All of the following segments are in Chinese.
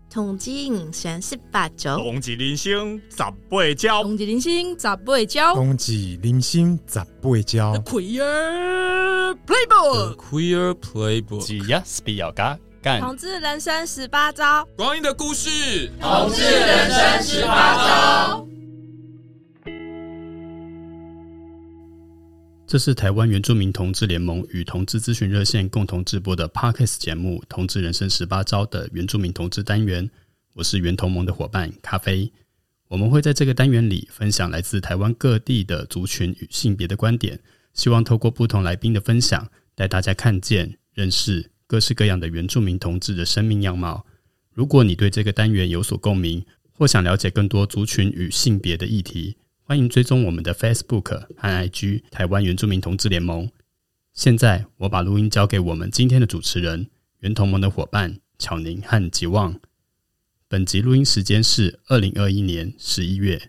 统计人生18招， 统计人生18招， 统计人生18招， 统计人生18招。 The Queer Playbook， The Queer Playbook， 只要是比较干。 统治人生18招， 光阴的故事， 统治人生18招。 这是台湾原住民同志联盟与同志咨询热线共同制播的 Podcast 节目《同志人生18招》的原住民同志单元。我是原同盟的伙伴咖啡。我们会在这个单元里分享来自台湾各地的族群与性别的观点，希望透过不同来宾的分享，带大家看见、认识各式各样的原住民同志的生命样貌。如果你对这个单元有所共鸣，或想了解更多族群与性别的议题，欢迎追踪我们的 Facebook 和 IG 台湾原住民同志联盟。现在我把录音交给我们今天的主持人原同盟的伙伴巧宁和吉旺。本集录音时间是2021年11月。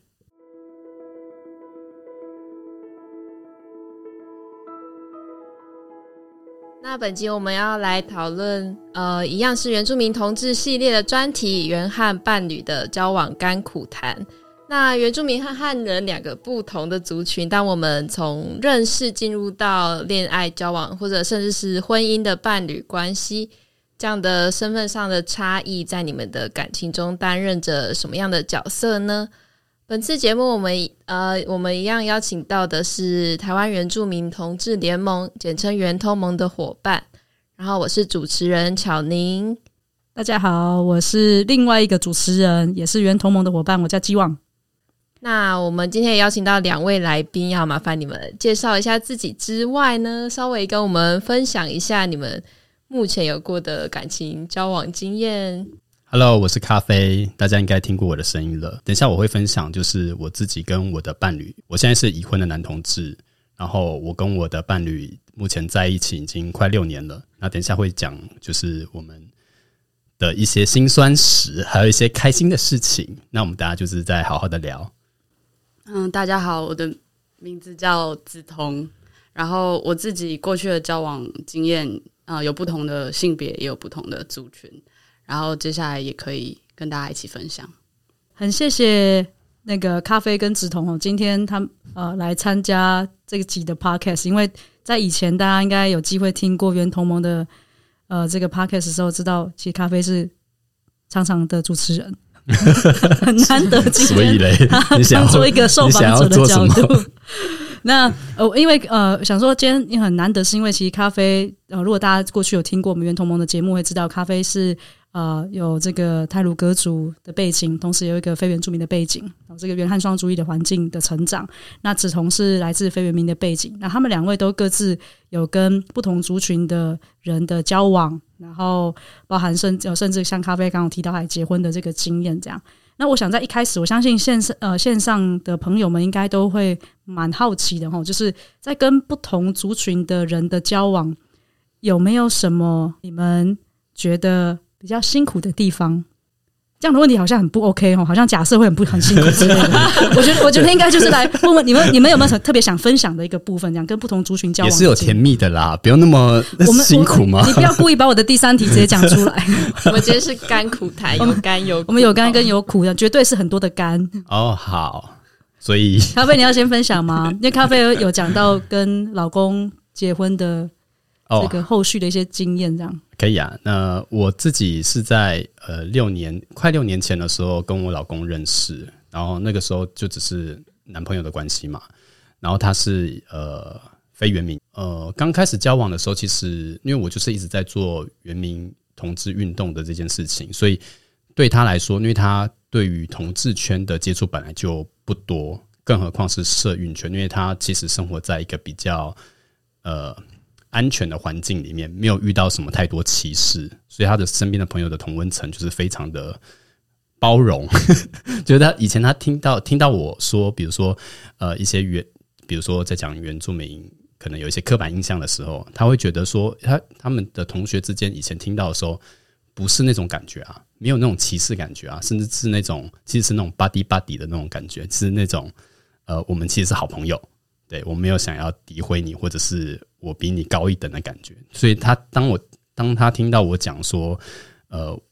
那本集我们要来讨论一样是原住民同志系列的专题，原和伴侣的交往甘苦谈。那原住民和汉人两个不同的族群，当我们从认识进入到恋爱交往，或者甚至是婚姻的伴侣关系，这样的身份上的差异，在你们的感情中担任着什么样的角色呢？本次节目我们一样邀请到的是台湾原住民同志联盟，简称原同盟的伙伴。然后我是主持人巧宁。 大家好，我是另外一个主持人，也是原同盟的伙伴，我叫基旺。 那我们今天也邀请到2位来宾，要麻烦你们介绍一下自己之外呢，稍微跟我们分享一下你们目前有过的感情交往经验。 Hello， 我是咖啡，大家应该听过我的声音了。等一下我会分享就是我自己跟我的伴侣，我现在是已婚的男同志，然后我跟我的伴侣目前在一起已经快6年了。那等一下会讲就是我们的一些辛酸史，还有一些开心的事情。那我们大家就是再好好的聊。 大家好，我的名字叫梓彤，然后我自己过去的交往经验有不同的性别，也有不同的族群，然后接下来也可以跟大家一起分享。 很谢谢那个咖啡跟梓彤今天他来参加这个集的 podcast， 因为在以前大家应该有机会听过原同盟的这个 podcast 的时候，知道其实咖啡是常常的主持人。很难得今天， 所以嘞，你想做一个受访者的角度。那因为想说今天很难得，是因为其实咖啡如果大家过去有听过我们原同盟的节目，会知道咖啡是有这个太鲁阁族的背景，同时有一个非原住民的背景，这个原汉双主义的环境的成长。那梓彤是来自非原民的背景，那他们2位都各自有跟不同族群的人的交往，然后包含甚至像咖啡刚刚提到还结婚的这个经验这样。那我想在一开始，我相信线上的朋友们应该都会蛮好奇的就是在跟不同族群的人的交往，有没有什么你们觉得比较辛苦的地方？这样的问题好像很不 OK 好像假设会很辛苦之类的。我觉得应该就是来问问你们有没有特别想分享的一个部分，这样跟不同族群交往也是有甜蜜的啦，不用那么辛苦吗？ 你不要故意把我的第3题直接讲出来。 我们今天是甘苦谈，有甘有苦， 我们有甘跟有苦的，绝对是很多的甘。 好，所以咖啡你要先分享吗？因为咖啡有讲到跟老公结婚的这个后续的一些经验，这样可以啊。那我自己是在快6年前的时候跟我老公认识，然后那个时候就只是男朋友的关系嘛。然后他是非原民，刚开始交往的时候，其实因为我就是一直在做原民同志运动的这件事情，所以对他来说，因为他对于同志圈的接触本来就不多，更何况是社运圈，因为他其实生活在一个比较安全的环境里面，没有遇到什么太多歧视，所以他的身边的朋友的同温层就是非常的包容。就是他以前他听到我说，比如说比如说在讲原住民可能有一些刻板印象的时候，他会觉得说他们的同学之间以前听到的时候不是那种感觉啊，没有那种歧视感觉啊，甚至是那种其实是那种 buddy 的那种感觉，是那种我们其实是好朋友，对，我没有想要诋毁你或者是我比你高一等的感觉。所以当他听到我讲说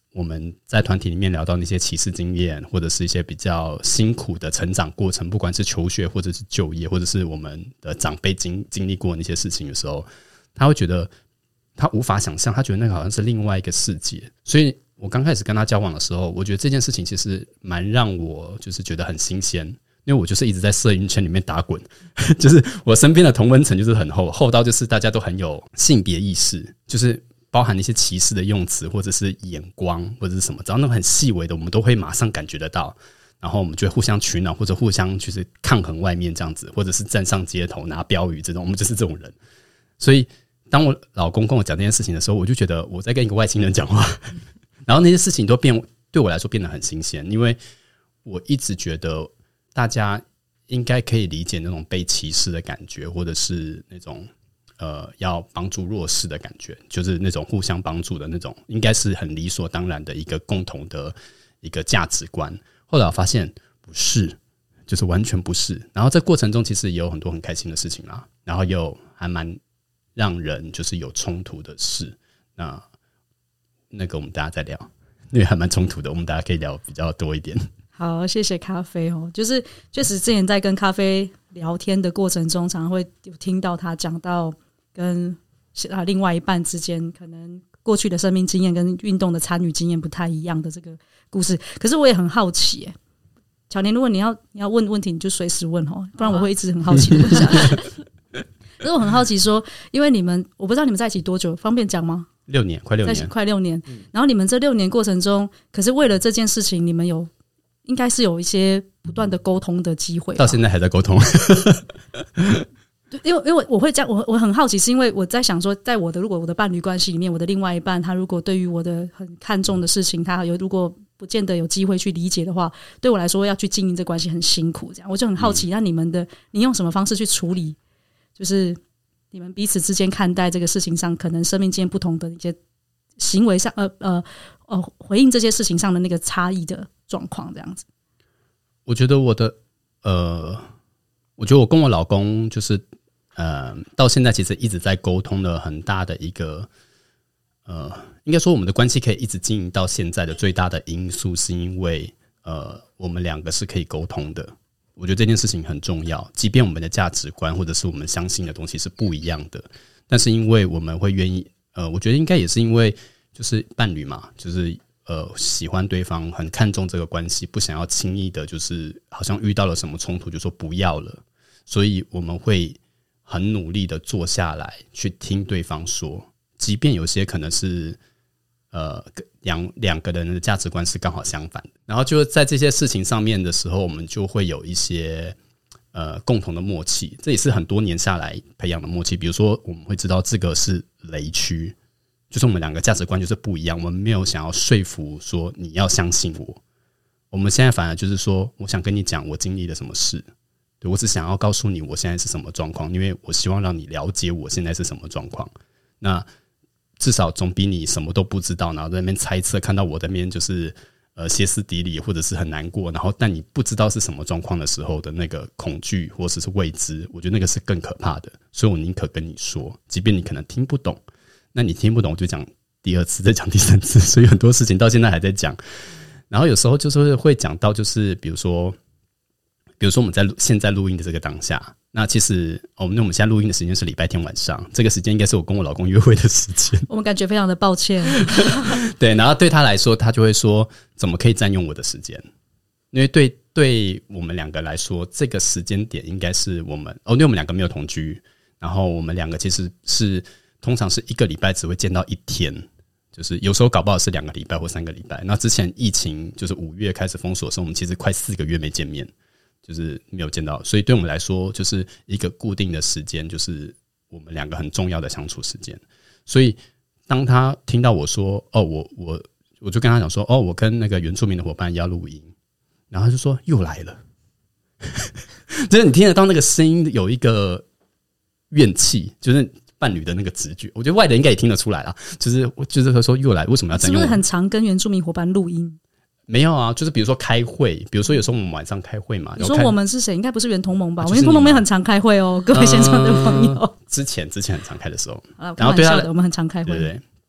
我们在团体里面聊到那些歧视经验，或者是一些比较辛苦的成长过程，不管是求学或者是就业，或者是我们的长辈经历过那些事情的时候，他会觉得他无法想象，他觉得那个好像是另外一个世界。所以我刚开始跟他交往的时候，我觉得这件事情其实蛮让我就是觉得很新鲜，因为我就是一直在社运圈里面打滚，就是我身边的同温层就是很厚到就是大家都很有性别意识，就是包含一些歧视的用词或者是眼光或者是什么，只要那种很细微的我们都会马上感觉得到，然后我们就会互相取暖或者互相就是抗衡外面这样子，或者是站上街头拿标语这种，我们就是这种人。所以当我老公跟我讲这件事情的时候，我就觉得我在跟一个外星人讲话然后那些事情都对我来说变得很新鲜，因为我一直觉得大家应该可以理解那种被歧视的感觉，或者是那种要帮助弱势的感觉，就是那种互相帮助的那种，应该是很理所当然的一个共同的一个价值观。后来我发现不是，就是完全不是。然后这过程中其实也有很多很开心的事情啦，然后又还蛮让人就是有冲突的事。那个我们大家再聊，因为还蛮冲突的，我们大家可以聊比较多一点。 好，谢谢咖啡哦。就是确实之前在跟咖啡聊天的过程中，常常会有听到他讲到跟另外一半之间可能过去的生命经验跟运动的参与经验不太一样的这个故事。可是我也很好奇耶，巧年，如果你要问问题，你就随时问哦，不然我会一直很好奇的问下去。可是我很好奇说，因为我不知道你们在一起多久，方便讲吗 ？6年，快6年， 在一起快6年。然后你们这6年过程中，可是为了这件事情，你们应该是有一些不断的沟通的机会， 到现在还在沟通。 因为我会这样，我很好奇，是因为我在想说，在如果我的伴侣关系里面，我的另外一半他如果对于我的很看重的事情，他如果不见得有机会去理解的话，对我来说要去经营这关系很辛苦。这样我就很好奇，那你用什么方式去处理？就是你们彼此之间看待这个事情上，可能生命间不同的一些行为上，回应这些事情上的那个差异的状况，这样子。 我觉得我跟我老公就是到现在其实一直在沟通的很大的一个应该说我们的关系可以一直经营到现在的最大的因素，是因为我们两个是可以沟通的。我觉得这件事情很重要，即便我们的价值观或者是我们相信的东西是不一样的，但是因为我们会愿意我觉得应该也是因为就是伴侣嘛，就是喜欢对方，很看重这个关系，不想要轻易的就是好像遇到了什么冲突就说不要了，所以我们会很努力的坐下来去听对方说，即便有些可能是两个人的价值观是刚好相反的，然后就在这些事情上面的时候，我们就会有一些共同的默契，这也是很多年下来培养的默契。比如说我们会知道这个是雷区，就是我们两个价值观就是不一样，我们没有想要说服说你要相信我们现在反而就是说我想跟你讲我经历了什么事，对，我只想要告诉你我现在是什么状况，因为我希望让你了解我现在是什么状况，那至少总比你什么都不知道，然后在那边猜测，看到我在那边就是歇斯底里或者是很难过，然后但你不知道是什么状况的时候的那个恐惧或者是未知，我觉得那个是更可怕的，所以我宁可跟你说，即便你可能听不懂，那你听不懂我就讲第2次再讲第3次，所以很多事情到现在还在讲。然后有时候就是会讲到就是比如说我们现在录音的这个当下，那其实我们现在录音的时间是礼拜天晚上，这个时间应该是我跟我老公约会的时间， 我们感觉非常的抱歉。 对，然后对他来说他就会说怎么可以占用我的时间，因为对我们两个来说这个时间点应该是我们因为我们两个没有同居，然后我们两个其实是通常是1个礼拜只会见到1天，就是有时候搞不好是2个礼拜或3个礼拜。那之前疫情就是5月开始封锁的时候，我们其实快4个月没见面，就是没有见到，所以对我们来说就是一个固定的时间，就是我们两个很重要的相处时间。所以当他听到我说我就跟他讲说我跟那个原住民的伙伴要录音，然后他就说又来了就是你听得到那个声音有一个怨气，就是伴侣的那个直觉，我觉得外人应该也听得出来啦，就是会说又来，为什么要占用我？ 是不是很常跟原住民伙伴录音？ 没有啊，就是比如说开会，比如说有时候我们晚上开会嘛。你说我们是谁？应该不是原同盟吧？我们原同盟也很常开会哦，各位现场的朋友。 之前很常开的时候， 然后对他的我们很常开会， 对对对。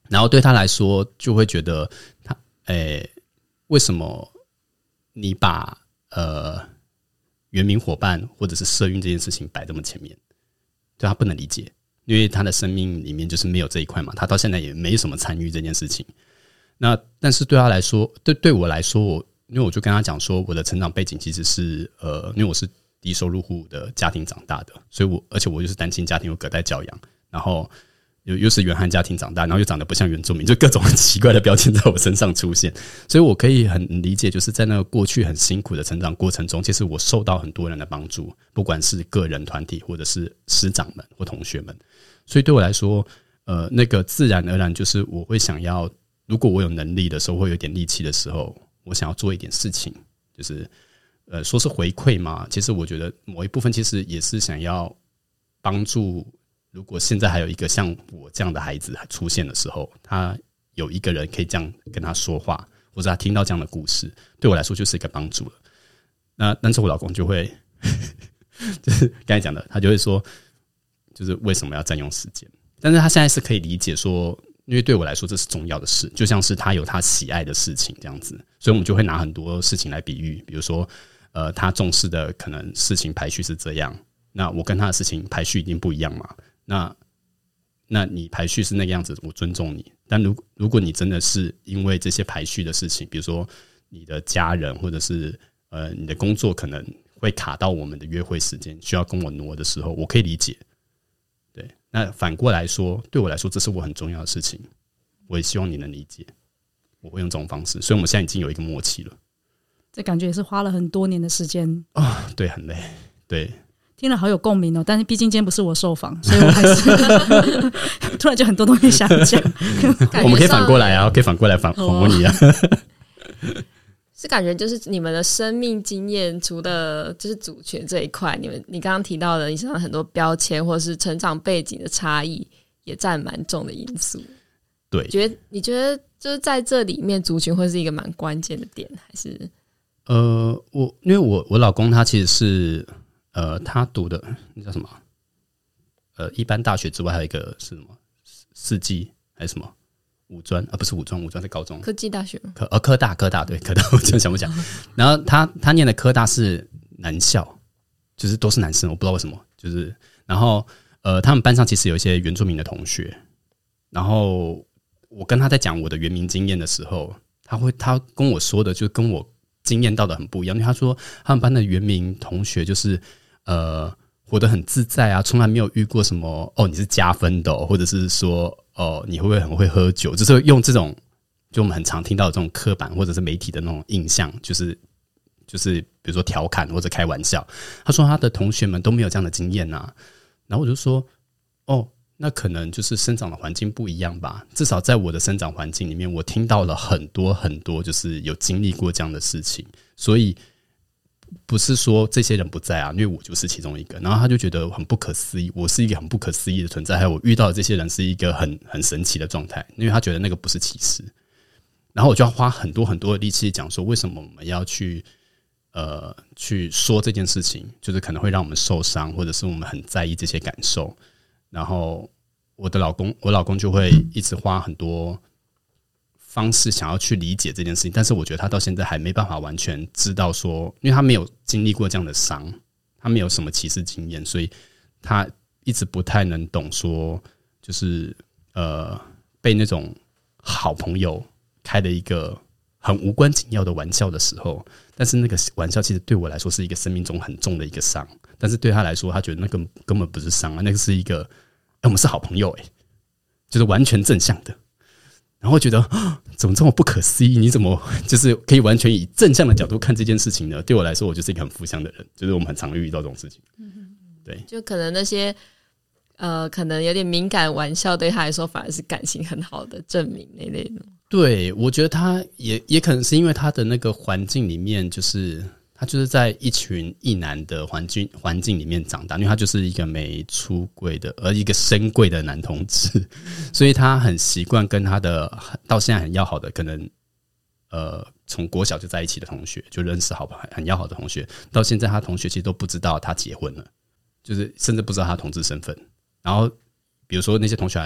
然后对他来说就会觉得他为什么你把原民伙伴或者是社运这件事情摆这么前面，对他不能理解，因为他的生命里面就是没有这一块嘛，他到现在也没什么参与这件事情。那但是对他来说，对我来说，因为我就跟他讲说，我的成长背景其实是因为我是低收入户的家庭长大的，所以而且我又是单亲家庭，有隔代教养，然后又是原汉家庭长大，然后又长得不像原住民，就各种很奇怪的标签在我身上出现，所以我可以很理解，就是在那个过去很辛苦的成长过程中，其实我受到很多人的帮助，不管是个人团体或者是师长们或同学们，所以对我来说，那个自然而然就是我会想要，如果我有能力的时候，会有点力气的时候，我想要做一点事情，就是说是回馈嘛，其实我觉得某一部分其实也是想要帮助。如果现在还有一个像我这样的孩子出现的时候，他有一个人可以这样跟他说话，或者他听到这样的故事，对我来说就是一个帮助了。但是我老公就会就是刚才讲的，他就会说，就是为什么要占用时间？但是他现在是可以理解说，因为对我来说这是重要的事，就像是他有他喜爱的事情这样子，所以我们就会拿很多事情来比喻，比如说他重视的可能事情排序是这样，那我跟他的事情排序一定不一样嘛。那你排序是那个样子，我尊重你。但如果你真的是因为这些排序的事情，比如说你的家人或者是你的工作可能会卡到我们的约会时间，需要跟我挪的时候，我可以理解。对，那反过来说，对我来说这是我很重要的事情，我也希望你能理解。我会用这种方式，所以我们现在已经有一个默契了。 这感觉也是花了很多年的时间啊，对，很累，对。 听了好有共鸣哦，但是毕竟今天不是我受访，所以我还是突然就很多东西想讲。 我们可以反过来啊，可以反过来访问你啊。 是感觉就是你们的生命经验，除了就是主权这一块，你刚刚提到的，你身上很多标签或是成长背景的差异，也占蛮重的因素。 对， 你觉得就是在这里面，族群会是一个蛮关键的点，还是？ 因为我老公他其实是。他读的那叫什么？一般大学之外还有一个是什么？四技还是什么？五专不是五专是高中。 科技大学。 科大对科大，我真想不讲。然后他念的科大是男校，就是都是男生，我不知道为什么。就是然后他们班上其实有一些原住民的同学，然后我跟他在讲我的原民经验的时候，他跟我说的就跟我经验到的很不一样，因为他说他们班的原民同学就是活得很自在啊，从来没有遇过什么你是加分的或者是说你会不会很会喝酒，就是用这种就我们很常听到的这种刻板或者是媒体的那种印象，就是比如说调侃或者开玩笑。他说他的同学们都没有这样的经验啊，然后我就说那可能就是生长的环境不一样吧，至少在我的生长环境里面，我听到了很多很多就是有经历过这样的事情，所以不是说这些人不在啊，因为我就是其中一个。然后他就觉得很不可思议，我是一个很不可思议的存在，还有我遇到的这些人是一个很神奇的状态，因为他觉得那个不是歧视。然后我就要花很多很多的力气讲说，为什么我们要去说这件事情，就是可能会让我们受伤，或者是我们很在意这些感受。然后我老公就会一直花很多方式想要去理解这件事情，但是我觉得他到现在还没办法完全知道说，因为他没有经历过这样的伤，他没有什么歧视经验，所以他一直不太能懂说，就是被那种好朋友开了一个很无关紧要的玩笑的时候，但是那个玩笑其实对我来说是一个生命中很重的一个伤，但是对他来说，他觉得那个根本不是伤啊，那个是一个我们是好朋友就是完全正向的。然后觉得怎么这么不可思议？你怎么就是可以完全以正向的角度看这件事情呢？对我来说，我就是一个很负向的人，就是我们很常遇到这种事情。对， 就可能那些可能有点敏感玩笑，对他来说反而是感情很好的证明那类的。 对，我觉得他也可能是因为他的那个环境里面，就是他就是在一群异男的环境里面长大，因为他就是一个没出柜的，一个深柜的男同志，所以他很习惯跟他的到现在很要好的，可能从国小就在一起的同学，就认识很要好的同学，到现在他同学其实都不知道他结婚了，就是甚至不知道他同志身份。然后比如说那些同学还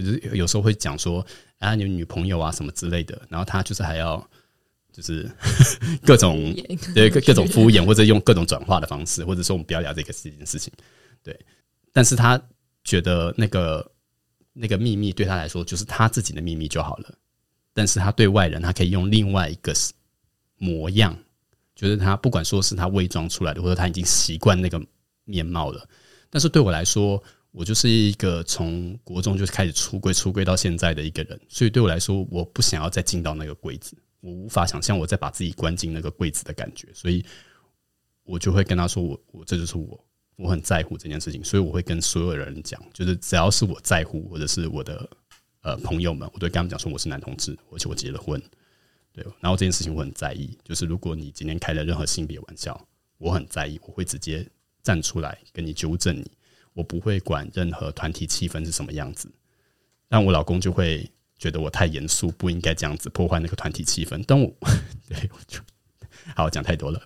就是有时候会讲说啊，你女朋友啊什么之类的，然后他就是还要就是各种对各种敷衍，或者用各种转化的方式，或者说我们不要聊这件事情，对。但是他觉得那个秘密对他来说就是他自己的秘密就好了，但是他对外人他可以用另外一个模样，就是他不管说是他伪装出来的，或者他已经习惯那个面貌了。但是对我来说，我就是一个从国中就开始出柜到现在的一个人，所以对我来说，我不想要再进到那个柜子，我无法想象我再把自己关进那个柜子的感觉，所以我就会跟他说我这就是我很在乎这件事情，所以我会跟所有人讲，就是只要是我在乎或者是我的朋友们，我都会跟他们讲说我是男同志，而且我结了婚，对。然后这件事情我很在意，就是如果你今天开了任何性别玩笑，我很在意，我会直接站出来跟你纠正你，我不会管任何团体气氛是什么样子。但我老公就会觉得我太严肃，不应该这样子破坏那个团体气氛。但我对我就好讲太多了。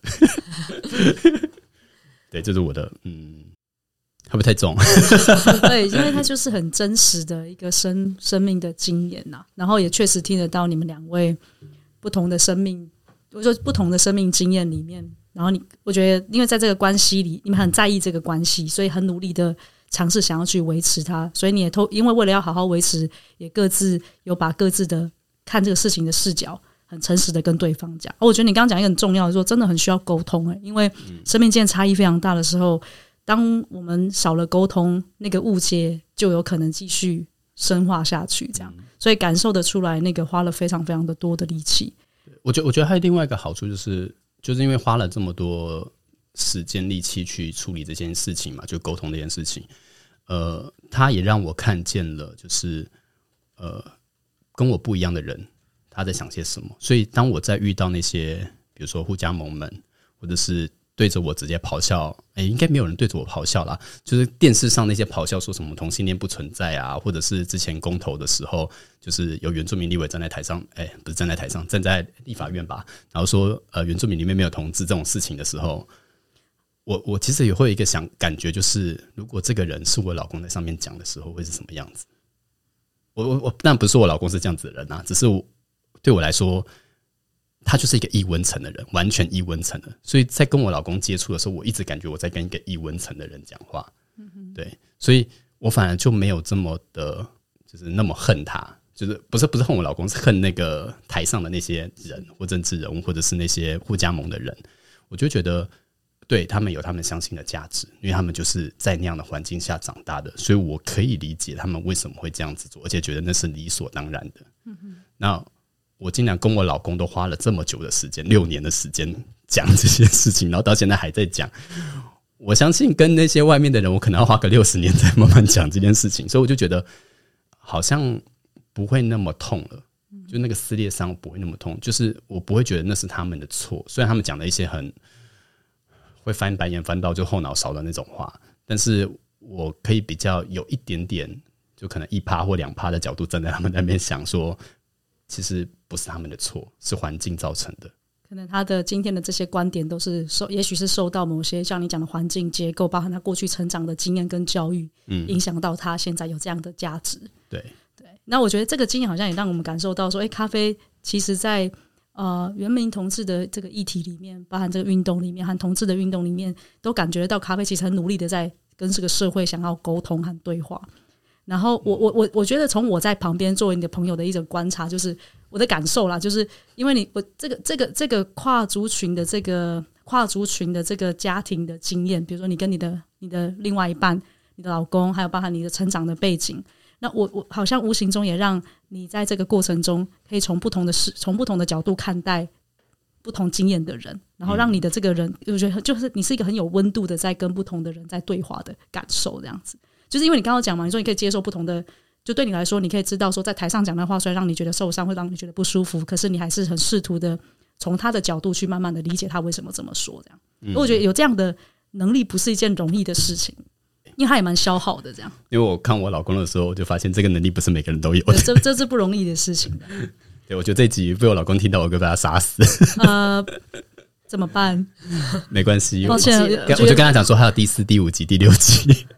对，这是我的会不会太重？ 对，因为它就是很真实的一个生命的经验呐，然后也确实听得到你们两位不同的生命，我说不同的生命经验里面，然后我觉得因为在这个关系里，你们很在意这个关系，所以很努力的尝试想要去维持它，所以你也因为为了要好好维持，也各自有把各自的看这个事情的视角很诚实的跟对方讲。我觉得你刚刚讲一个很重要的说，真的很需要沟通因为生命经验差异非常大的时候，当我们少了沟通，那个误解就有可能继续深化下去，这样，所以感受得出来，那个花了非常非常的多的力气。 我觉得还有另外一个好处就是因为花了这么多时间力气去处理这件事情嘛，就沟通这件事情，他也让我看见了，就是跟我不一样的人他在想些什么。所以当我在遇到那些比如说互加盟们，或者是对着我直接咆哮，应该没有人对着我咆哮啦，就是电视上那些咆哮说什么同性恋不存在啊，或者是之前公投的时候，就是有原住民立委站在台上，不是站在台上，站在立法院吧，然后说原住民里面没有同志这种事情的时候，我其实也会有一个感觉，就是如果这个人是我老公在上面讲的时候会是什么样子。我当然不是说我老公是这样子的人啊，只是对我来说他就是一个异温层的人，完全异温层的，所以在跟我老公接触的时候，我一直感觉我在跟一个异温层的人讲话，对，所以我反而就没有这么的，就是那么恨他，就是不是恨我老公，是恨那个台上的那些人或政治人物，或者是那些互加盟的人，我就觉得对他们有他们相信的价值，因为他们就是在那样的环境下长大的，所以我可以理解他们为什么会这样子做，而且觉得那是理所当然的。那我竟然跟我老公都花了这么久的时间，6年的时间讲这些事情，然后到现在还在讲。我相信跟那些外面的人，我可能要花个60年才慢慢讲这件事情，所以我就觉得好像不会那么痛了，就那个撕裂伤不会那么痛，就是我不会觉得那是他们的错。虽然他们讲了一些很会翻白眼翻到就后脑勺的那种话，但是我可以比较有一点点，就可能1%或2%的角度站在他们那边想说，其实不是他们的错，是环境造成的。 可能他的今天的这些观点都是也许是受到某些像你讲的环境结构，包含他过去成长的经验跟教育，影响到他现在有这样的价值。 对， 那我觉得这个经验好像也让我们感受到说，咖啡其实在原民同志的这个议题里面，包含这个运动里面和同志的运动里面，都感觉到咖啡其实很努力的在跟这个社会想要沟通和对话。然后我觉得从我在旁边作为你的朋友的一种观察，就是我的感受啦，就是因为我这个跨族群的这个家庭的经验，比如说你跟你的另外一半，你的老公，还有包含你的成长的背景，那我好像无形中也让你在这个过程中可以从不同的角度看待不同经验的人，然后让你的这个人，我觉得就是你是一个很有温度的在跟不同的人在对话的感受，这样子。就是因为你刚刚讲嘛，你说你可以接受不同的，就对你来说，你可以知道说在台上讲的话虽然让你觉得受伤，会让你觉得不舒服，可是你还是很试图的从他的角度去慢慢的理解他为什么这么说，这样。我觉得有这样的能力不是一件容易的事情，因为他也蛮消耗的这样。因为我看我老公的时候，我就发现这个能力不是每个人都有的， 这是不容易的事情的。 对，我觉得这一集被我老公听到，我就把他杀死。 怎么办？ 没关系， 抱歉， 我就跟他讲说，还有第4、第5集、第6集。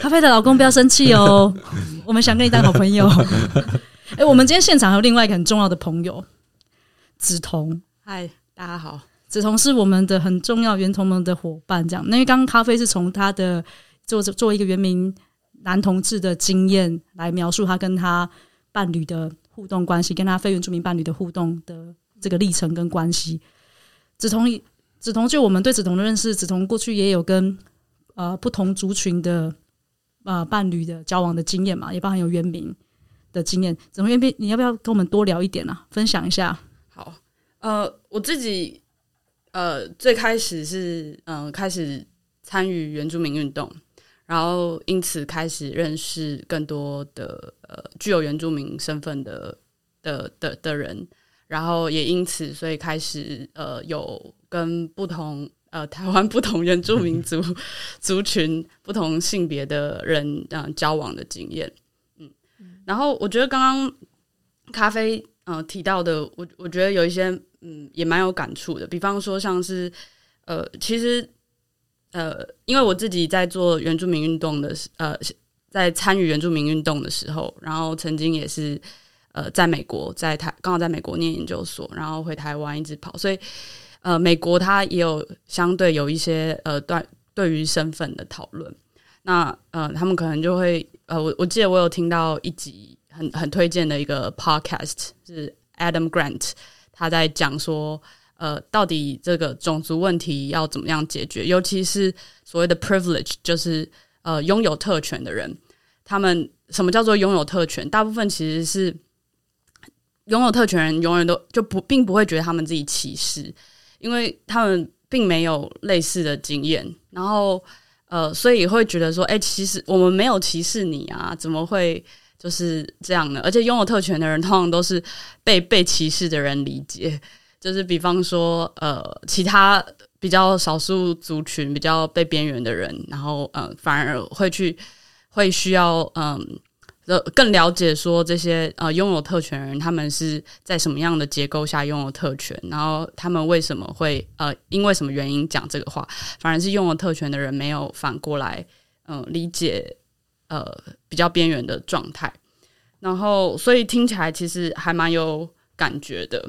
咖啡的老公不要生气哦，我们想跟你当好朋友。我们今天现场还有另外一个很重要的朋友，梓潼。 嗨，大家好。 梓潼是我们的很重要原同盟的伙伴，这样。因为刚刚咖啡是从他的做一个原民男同志的经验来描述他跟他伴侣的互动关系，跟他非原住民伴侣的互动的这个历程跟关系。梓潼就我们对梓潼的认识，梓潼过去也有跟不同族群的伴侣的交往的经验嘛，也包含有原民的经验。梓潼你要不要跟我们多聊一点啊？分享一下。 好，我自己最开始是开始参与原住民运动，然后因此开始认识更多的具有原住民身份的人，然后也因此所以开始有跟不同台湾不同原住民族群不同性别的人交往的经验。然后我觉得刚刚咖啡提到的，我觉得有一些也蛮有感触的，比方说像是其实因为我自己在做原住民运动的在参与原住民运动的时候，然后曾经也是在美国刚好在美国念研究所，然后回台湾一直跑，所以美国它也有相对有一些对于身份的讨论。那他们可能就会我记得我有听到一集很推荐的一个 podcast 是 Adam Grant， 他在讲说到底这个种族问题要怎么样解决，尤其是所谓的 privilege， 就是拥有特权的人，他们什么叫做拥有特权？大部分其实是拥有特权人永远都并不会觉得他们自己歧视，因为他们并没有类似的经验，然后所以会觉得说其实我们没有歧视你啊，怎么会就是这样呢？而且拥有特权的人通常都是被歧视的人理解，就是比方说其他比较少数族群比较被边缘的人，然后反而会需要更了解说这些拥有特权的人他们是在什么样的结构下拥有特权，然后他们为什么会因为什么原因讲这个话，反而是拥有特权的人没有反过来理解比较边缘的状态，然后所以听起来其实还蛮有感觉的。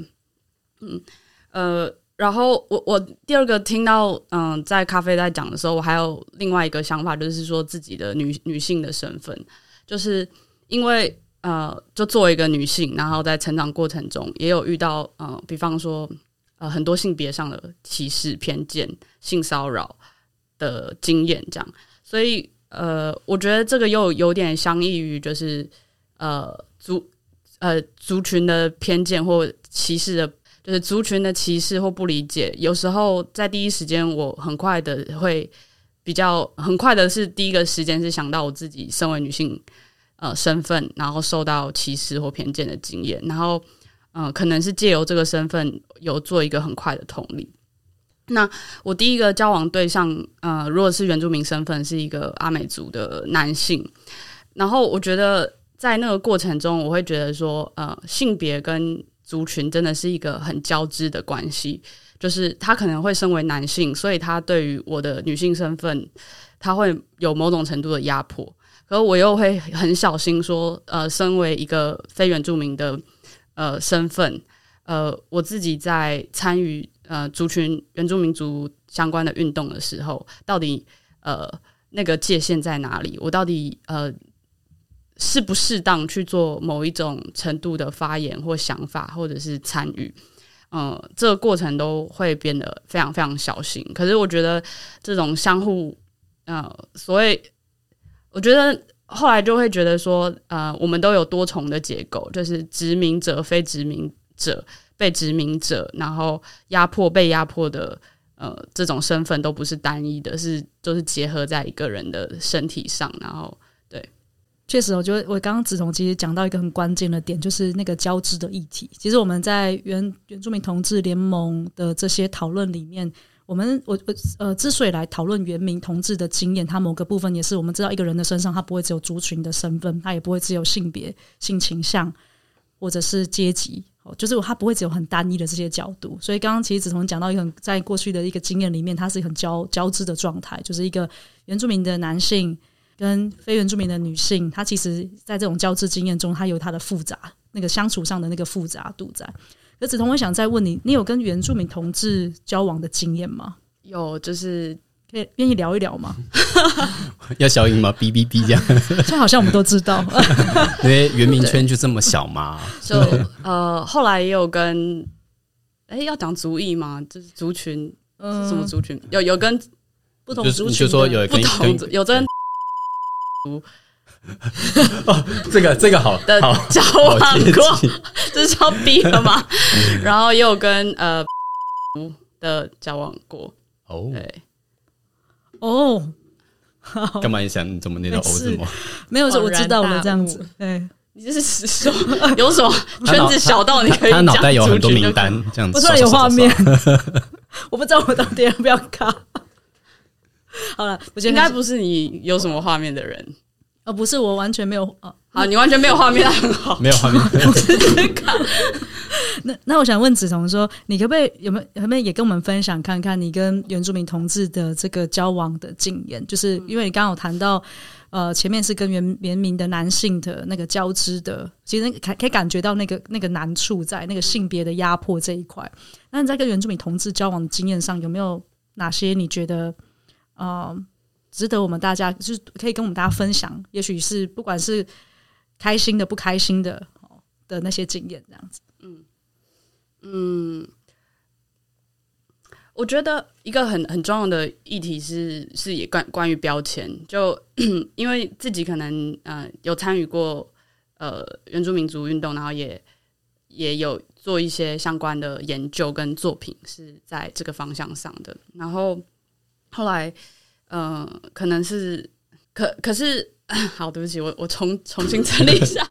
然后我第二个听到在咖啡在讲的时候，我还有另外一个想法，就是说自己的女性的身份，就是因为就作为一个女性，然后在成长过程中也有遇到比方说很多性别上的歧视、偏见、性骚扰的经验，这样，所以我觉得这个又有点相异于就是族群的偏见或歧视的。就是族群的歧视或不理解，有时候在第一时间我很快的是第一个时间是想到我自己身为女性身份，然后受到歧视或偏见的经验，然后可能是借由这个身份有做一个很快的同理。那我第一个交往对象如果是原住民身份是一个阿美族的男性，然后我觉得在那个过程中我会觉得说性别跟族群真的是一个很交织的关系，就是他可能会身为男性，所以他对于我的女性身份他会有某种程度的压迫，可是我又会很小心说身为一个非原住民的身份，我自己在参与族群原住民族相关的运动的时候，到底那个界限在哪里，我到底适不适当去做某一种程度的发言或想法或者是参与，这个过程都会变得非常非常小心。可是我觉得这种相互所谓我觉得后来就会觉得说我们都有多重的结构，就是殖民者、非殖民者、被殖民者，然后被压迫的这种身份都不是单一的，都是结合在一个人的身体上，然后确实，我觉得我刚刚梓潼其实讲到一个很关键的点，就是那个交织的议题。其实我们在原住民同志联盟的这些讨论里面，我之所以来讨论原民同志的经验，它某个部分也是我们知道一个人的身上，他不会只有族群的身份，他也不会只有性别、性倾向或者是阶级，就是他不会只有很单一的这些角度。所以刚刚其实梓潼讲到一个在过去的一个经验里面，它是很交织的状态，就是一个原住民的男性。 跟非原住民的女性，她其实在这种交织经验中，她有她的复杂，那个相处上的那个复杂度在。可子彤，我想再问你，你有跟原住民同志交往的经验吗？ 有，就是可以愿意聊一聊吗？ 要消音吗？哔哔哔这样， 这好像我们都知道， 因为原民圈就这么小嘛。 就后来也有跟要讲族裔吗？就是族群，是什么族群？有跟不同族群的， 你就说有不同有跟哦，这个好的交往过，这是要逼了吗？然后也有跟的交往过。 哦， 对， 哦， 干嘛你想怎么念到哦什么？ 没有，我知道了，这样子。对， 你这是说有什么圈子小到你可以他脑袋有很多名单，这样子。 我突然有画面，我不知道我到底要不要卡。好了，我觉得应该不是你有什么画面的人。 不是，我完全没有。 好，你完全没有画面，那很好， 没有画面。 那我想问子彤说，你可不可以也跟我们分享看看你跟原住民同志的这个交往的经验？就是因为你刚刚有谈到，前面是跟原民的男性的那个交织的，其实可以感觉到那个难处在那个性别的压迫这一块。那你在跟原住民同志交往的经验上，有没有哪些你觉得值得我们大家就是可以跟我们大家分享？也许是不管是开心的、不开心的那些经验，这样子。 我觉得一个很重要的议题是也关于标签，就因为自己可能有参与过原住民族运动，然后也有做一些相关的研究跟作品是在这个方向上的，然后后来可能是可是好，对不起，我重新整理一下。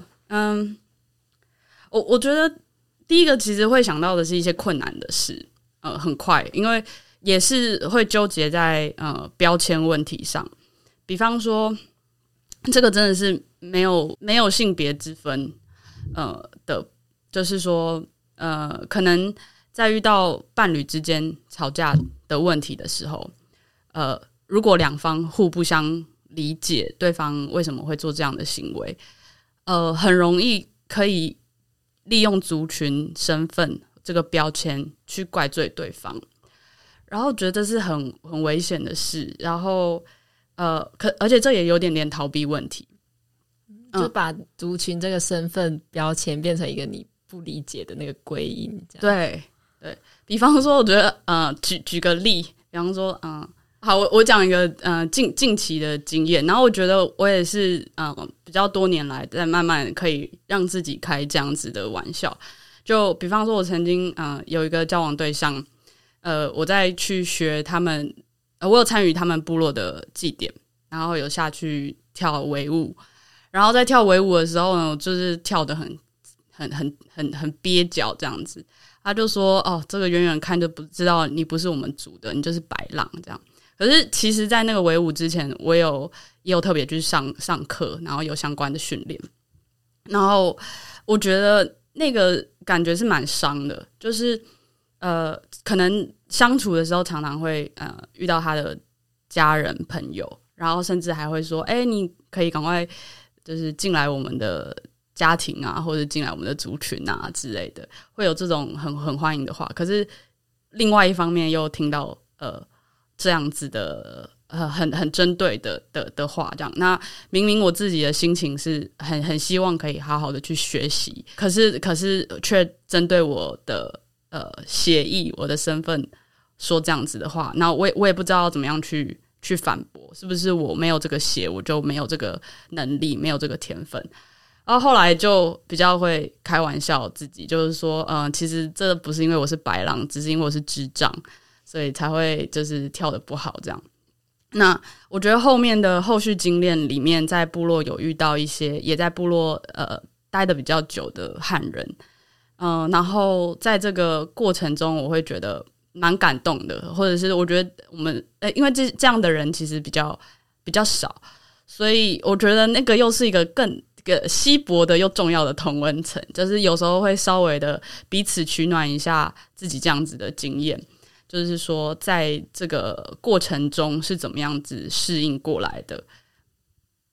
我觉得第一个其实会想到的是一些困难的事，很快，因为也是会纠结在标签问题上。比方说，这个真的是没有性别之分的，就是说可能在遇到伴侣之间吵架的问题的时候，如果两方互不相理解对方为什么会做这样的行为，很容易可以利用族群身份这个标签去怪罪对方，然后觉得这是很危险的事，然后而且这也有点逃避问题， 就把族群这个身份标签变成一个你不理解的那个归因。 对，比方说，我觉得举个例，比方说好，我讲一个近期的经验，然后我觉得我也是比较多年来在慢慢可以让自己开这样子的玩笑。就比方说，我曾经有一个交往对象，我在去学他们，我有参与他们部落的祭典，然后有下去跳围舞，然后在跳围舞的时候呢，就是跳得很蹩脚这样子。他就说：“哦，这个远远看就不知道你不是我们族的，你就是白浪这样。”可是其实在那个围舞之前，我也有特别去上课，然后有相关的训练，然后我觉得那个感觉是蛮伤的，就是可能相处的时候常常会遇到他的家人朋友，然后甚至还会说你可以赶快就是进来我们的家庭啊，或者进来我们的族群啊之类的，会有这种很欢迎的话。可是另外一方面又听到这样子的很针对的话，这样，那明明我自己的心情是很希望可以好好的去学习，可是却针对我的协议，我的身份说这样子的话，那我也不知道怎么样去反驳，是不是我没有这个血，我就没有这个能力，没有这个天分？然后后来就比较会开玩笑自己，就是说其实这不是因为我是白狼，只是因为我是智障，所以才会就是跳得不好这样。那我觉得后续经验里面，在部落有遇到一些也在部落待得比较久的汉人，然后在这个过程中，我会觉得蛮感动的，或者是我觉得我们因为这样的人其实比较少，所以我觉得那个又是一个更稀薄的又重要的同温层，就是有时候会稍微的彼此取暖一下自己这样子的经验。就是说在这个过程中是怎么样子适应过来的，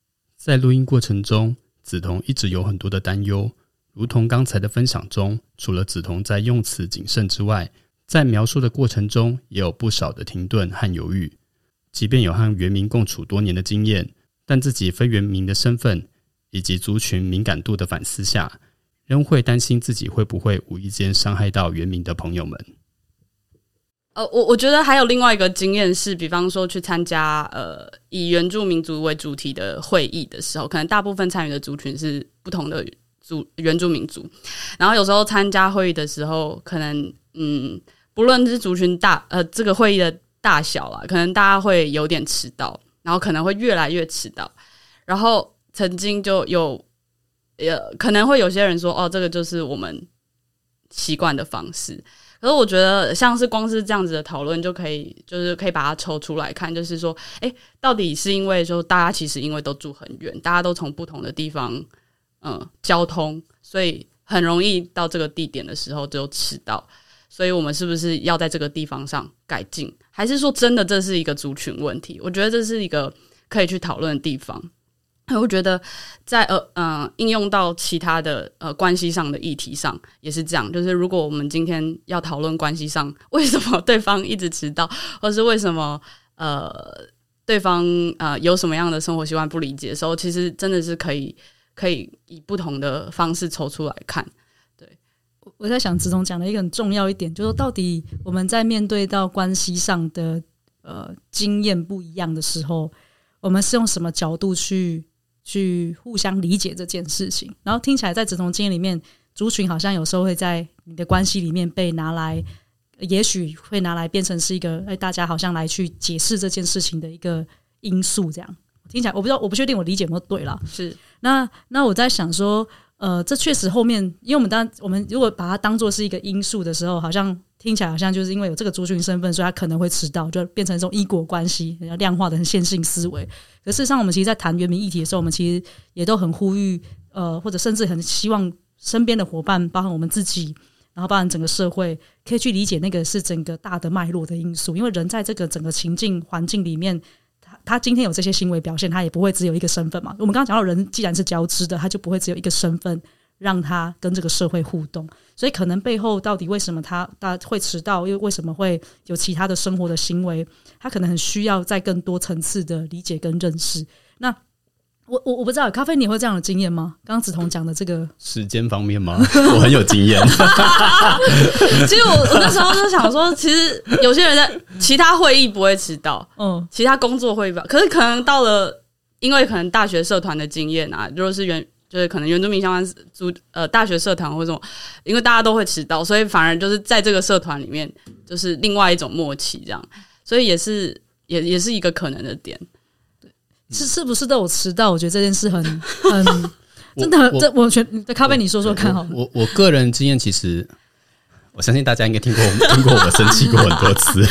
在录音过程中，梓潼一直有很多的担忧，如同刚才的分享中，除了梓潼在用词谨慎之外，在描述的过程中也有不少的停顿和犹豫。即便有和原民共处多年的经验，但自己非原民的身份以及族群敏感度的反思下，仍会担心自己会不会无意间伤害到原民的朋友们。 我觉得还有另外一个经验是，比方说去参加以原住民族为主题的会议的时候，可能大部分参与的族群是不同的原住民族，然后有时候参加会议的时候，可能不论是族群这个会议的大小啦，可能大家会有点迟到，然后可能会越来越迟到，然后曾经就有可能会有些人说，这个就是我们习惯的方式。可是我觉得像是光是这样子的讨论就可以把它抽出来看，就是说到底是因为说大家其实因为都住很远，大家都从不同的地方交通，所以很容易到这个地点的时候就迟到，所以我们是不是要在这个地方上改进，还是说真的这是一个族群问题？我觉得这是一个可以去讨论的地方。我觉得在应用到其他的关系上的议题上也是这样，就是如果我们今天要讨论关系上为什么对方一直迟到，或是为什么对方有什么样的生活习惯不理解的时候，其实真的是可以以不同的方式抽出来看。对， 我在想梓潼讲的一个很重要一点，就是说到底我们在面对到关系上的经验不一样的时候，我们是用什么角度去互相理解这件事情。然后听起来在梓潼经验里面，族群好像有时候会在你的关系里面被拿来，也许会拿来变成是一个大家好像来去解释这件事情的一个因素。这样听起来我不确定我理解有没有对啦。 是那我在想说这确实后面，因为我们如果把它当作是一个因素的时候，好像听起来好像就是因为有这个族群身份，所以他可能会迟到，就变成一种因果关系，人家量化的很线性思维。可事实上我们其实在谈原民议题的时候，我们其实也都很呼吁或者甚至很希望身边的伙伴，包含我们自己，然后包含整个社会，可以去理解那个是整个大的脉络的因素。因为人在这个整个情境环境里面，他今天有这些行为表现，他也不会只有一个身份嘛。我们刚刚讲到人既然是交织的，他就不会只有一个身份让他跟这个社会互动，所以可能背后到底为什么他会迟到，又为什么会有其他的生活的行为，他可能很需要在更多层次的理解跟认识。那我不知道咖啡你会这样的经验吗？刚刚梓潼讲的这个时间方面吗？我很有经验。 其实我那时候就想说，其实有些人在其他会议不会迟到，其他工作会议吧，可是可能到了，因为可能大学社团的经验啊，如果是就是可能原住民相关大学社团或者什么，因为大家都会迟到，所以反而就是在这个社团里面就是另外一种默契这样，所以也是一个可能的点。 是不是都有迟到？我觉得这件事很真的，我觉得咖啡你说说看好了。 我个人经验，其实我相信大家应该听过我生气过很多次。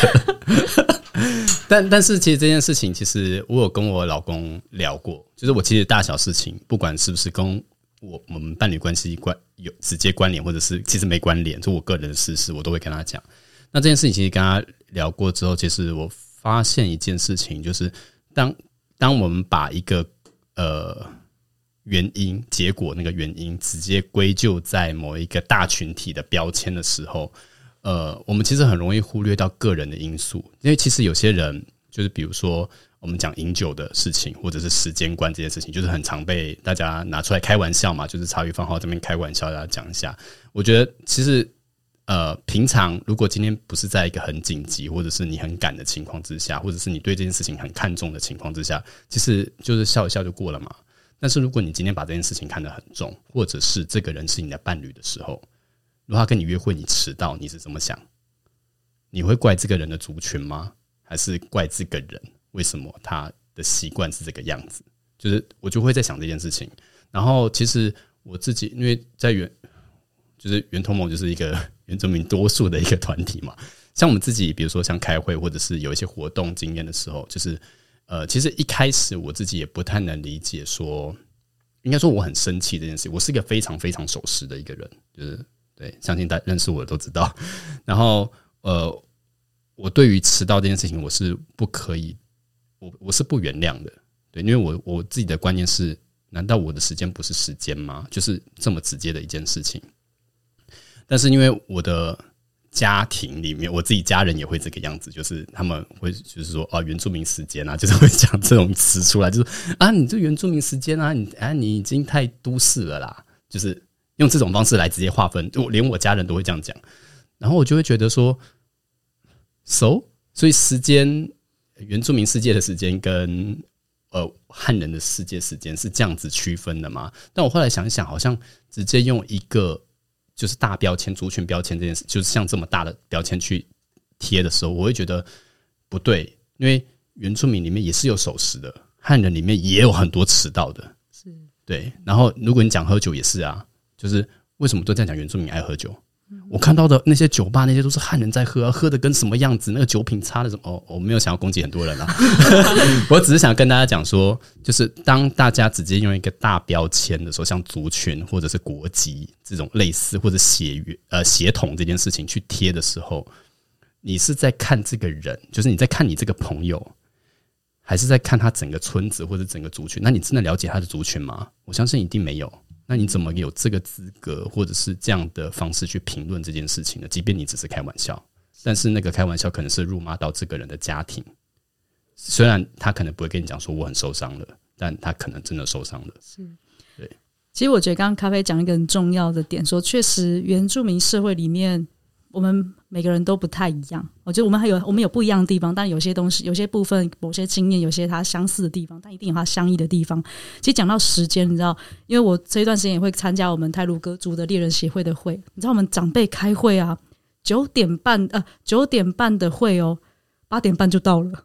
但是其实这件事情，其实我有跟我老公聊过，就是我其实大小事情，不管是不是跟我们伴侣关系有直接关联，或者是其实没关联，就我个人的事实，我都会跟他讲。那这件事情其实跟他聊过之后，其实我发现一件事情，就是当我们把一个原因结果那个原因直接归咎在某一个大群体的标签的时候，我们其实很容易忽略到个人的因素。因为其实有些人就是比如说我们讲饮酒的事情，或者是时间观这件事情，就是很常被大家拿出来开玩笑嘛，就是茶余饭后这边开玩笑大家讲一下。我觉得其实平常如果今天不是在一个很紧急或者是你很赶的情况之下，或者是你对这件事情很看重的情况之下，其实就是笑一笑就过了嘛。但是如果你今天把这件事情看得很重，或者是这个人是你的伴侣的时候，如果他跟你约会你迟到，你是怎么想？你会怪这个人的族群吗？还是怪这个人为什么他的习惯是这个样子？就是我就会在想这件事情。然后其实我自己因为在原同盟就是一个原住民多数的一个团体嘛，像我们自己比如说像开会或者是有一些活动经验的时候，就是其实一开始我自己也不太能理解说，应该说我很生气这件事。我是一个非常非常守时的一个人，就是对，相信大家认识我的都知道。然后我对于迟到这件事情我是不可以，我是不原谅的。 对，因为我自己的观念是，难道我的时间不是时间吗？就是这么直接的一件事情。但是因为我的家庭里面，我自己家人也会这个样子，就是他们会就是说原住民时间啊，就是会讲这种词出来，就是你这原住民时间啊，你已经太都市了啦，就是用这种方式来直接划分，连我家人都会这样讲。然后我就会觉得说所以时间，原住民世界的时间跟汉人的世界时间是这样子区分的吗？但我后来想一想，好像直接用一个就是大标签、族群标签这件事，就是像这么大的标签去贴的时候，我会觉得不对，因为原住民里面也是有守时的，汉人里面也有很多迟到的，是对。然后如果你讲喝酒也是啊，就是为什么都在讲原住民爱喝酒？我看到的那些酒吧，那些都是汉人在喝，喝的跟什么样子？那个酒品差的什么？我没有想要攻击很多人啊，我只是想跟大家讲说，就是当大家直接用一个大标签的时候，像族群或者是国籍这种类似或者血统这件事情去贴的时候，你是在看这个人，就是你在看你这个朋友，还是在看他整个村子或者整个族群？那你真的了解他的族群吗？我相信一定没有。那你怎么有这个资格或者是这样的方式去评论这件事情呢？即便你只是开玩笑，但是那个开玩笑可能是辱骂到这个人的家庭，虽然他可能不会跟你讲说我很受伤了，但他可能真的受伤了。是，对。 其实我觉得刚刚咖啡讲一个很重要的点，说确实原住民社会里面，我们每个人都不太一样。我觉得我们有不一样的地方，但有些东西、有些部分、某些经验，有些它相似的地方，但一定有它相异的地方。其实讲到时间，你知道，因为我这一段时间也会参加我们太鲁阁族的猎人协会的会，你知道我们长辈开会啊，9点半的会哦，8点半就到了。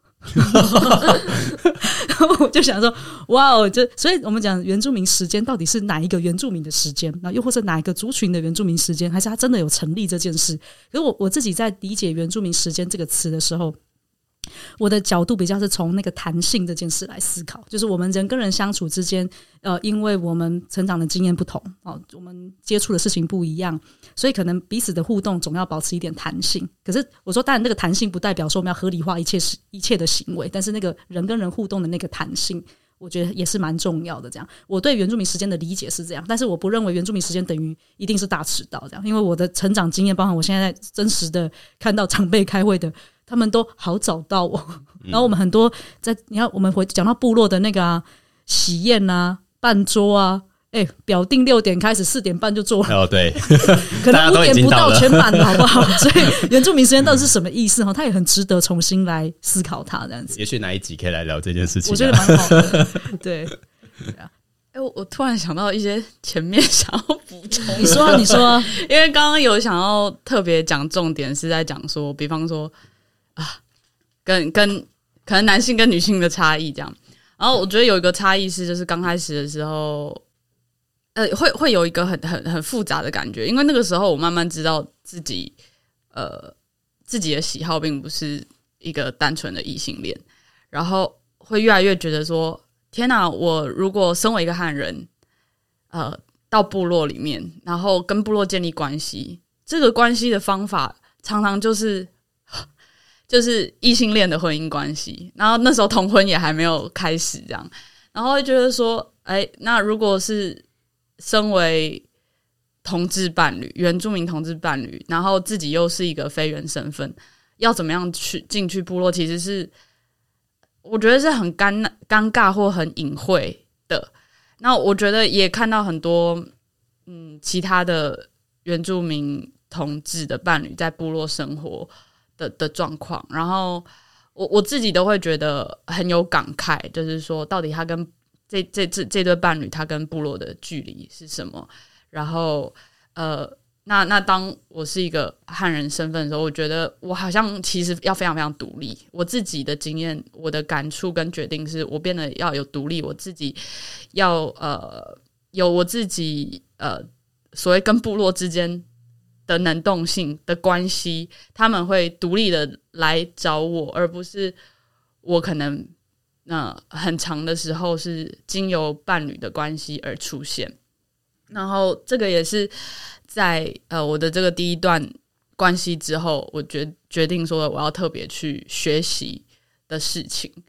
然后我就想说，哇哦！所以我们讲原住民时间到底是哪一个原住民的时间，然后又或者哪一个族群的原住民时间，还是他真的有成立这件事？可是我自己在理解原住民时间这个词的时候，我的角度比较是从那个弹性这件事来思考，就是我们人跟人相处之间，因为我们成长的经验不同，我们接触的事情不一样，所以可能彼此的互动总要保持一点弹性。可是我说，当然那个弹性不代表说我们要合理化一切的行为，但是那个人跟人互动的那个弹性，我觉得也是蛮重要的。这样，我对原住民时间的理解是这样，但是我不认为原住民时间等于一定是大迟到这样，因为我的成长经验，包含我现在真实的看到长辈开会的，他们都好早到哦。然后我们很多你看我们讲到部落的那个喜宴啊、办桌啊，表定6点开始，4点半就做了。对，可能5点不到全满了，好不好？所以原住民时间到底是什么意思？它也很值得重新来思考它这样子。 也许哪一集可以来聊这件事情， 我觉得蛮好的。对。 我突然想到一些前面想要补充， 你说， 因为刚刚有想要特别讲重点是在讲说，比方说跟可能男性跟女性的差异这样。然后我觉得有一个差异是，就是刚开始的时候，会有一个很复杂的感觉，因为那个时候我慢慢知道自己的喜好并不是一个单纯的异性恋，然后会越来越觉得说，天哪！我如果身为一个汉人，到部落里面，然后跟部落建立关系，这个关系的方法常常就是异性恋的婚姻关系。然后那时候同婚也还没有开始，这样，然后会觉得说，那如果是身为同志伴侣、原住民同志伴侣，然后自己又是一个非原身份，要怎么样进去部落，其实是我觉得是很尴尬或很隐晦的。那我觉得也看到很多其他的原住民同志的伴侣在部落生活的状况，然后我自己都会觉得很有感慨，就是说到底他跟这对伴侣他跟部落的距离是什么。然后那当我是一个汉人身份的时候，我觉得我好像其实要非常非常独立。我自己的经验，我的感触跟决定是我变得要有独立，我自己要有我自己所谓跟部落之间的能动性的关系，他们会独立的来找我，而不是我可能很长的时候是经由伴侣的关系而出现。然后这个也是在我的这个第一段关系之后，我决定说我要特别去学习的事情。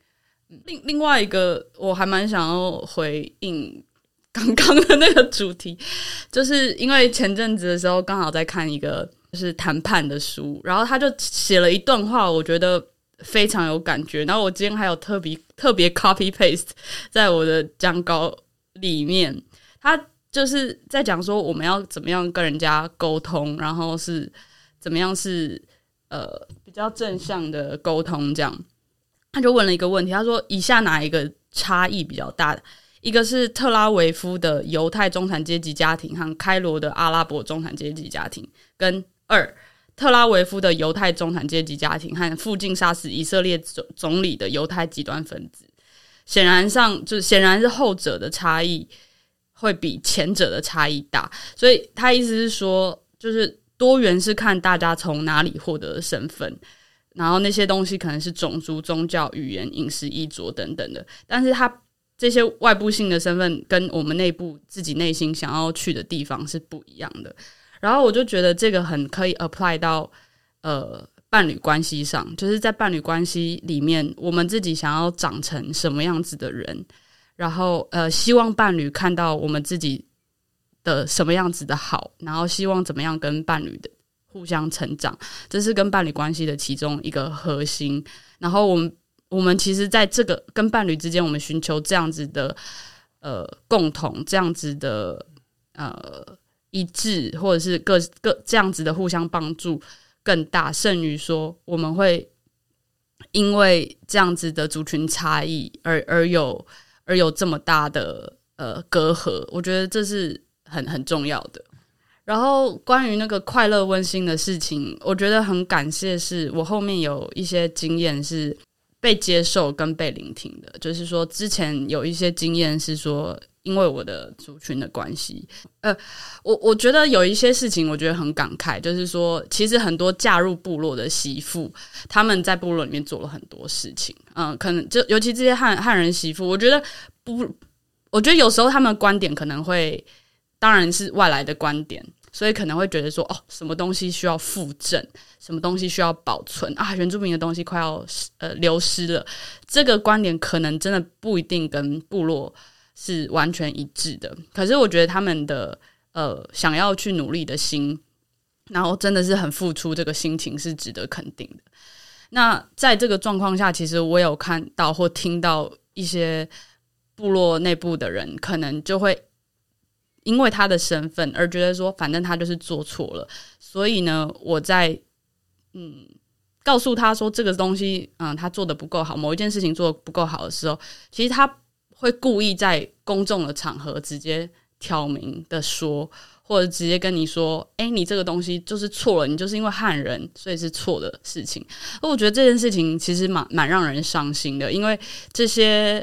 另外一个我还蛮想要回应刚刚的那个主题，就是因为前阵子的时候刚好在看一个就是谈判的书，然后他就写了一段话，我觉得非常有感觉，然后我今天还有特别 copy paste 在我的讲稿里面，他就是在讲说我们要怎么样跟人家沟通，然后是怎么样是比较正向的沟通这样。他就问了一个问题，他说以下哪一个差异比较大的？一个是特拉维夫的犹太中产阶级家庭和开罗的阿拉伯中产阶级家庭，跟2特拉维夫的犹太中产阶级家庭和附近杀死以色列总理的犹太极端分子。显然是后者的差异会比前者的差异大，所以他意思是说，就是多元是看大家从哪里获得的身份，然后那些东西可能是种族、宗教、语言、饮食、衣着等等的，但是他这些外部性的身份跟我们内部自己内心想要去的地方是不一样的。然后我就觉得这个很可以 apply 到伴侣关系上，就是在伴侣关系里面，我们自己想要长成什么样子的人，然后希望伴侣看到我们自己的什么样子的好，然后希望怎么样跟伴侣的互相成长，这是跟伴侣关系的其中一个核心。然后我们其实在这个跟伴侣之间，我们寻求这样子的共同，这样子的一致，或者是各这样子的互相帮助更大，胜于说我们会因为这样子的族群差异而有这么大的隔阂。我觉得这是很重要的。然后关于那个快乐温馨的事情，我觉得很感谢是我后面有一些经验是被接受跟被聆听的，就是说之前有一些经验是说因为我的族群的关系，我觉得有一些事情我觉得很感慨，就是说其实很多嫁入部落的媳妇，他们在部落里面做了很多事情，可能就尤其这些汉人媳妇，我觉得有时候他们的观点可能会，当然是外来的观点，所以可能会觉得说什么东西需要复振，什么东西需要保存啊，原住民的东西快要流失了，这个观点可能真的不一定跟部落是完全一致的。可是我觉得他们的想要去努力的心，然后真的是很付出，这个心情是值得肯定的。那在这个状况下，其实我有看到或听到一些部落内部的人可能就会因为他的身份而觉得说反正他就是做错了，所以呢我在告诉他说这个东西他做的不够好，某一件事情做的不够好的时候，其实他会故意在公众的场合直接挑明的说，或者直接跟你说你这个东西就是错了，你就是因为汉人所以是错的事情。而我觉得这件事情其实蛮让人伤心的，因为这些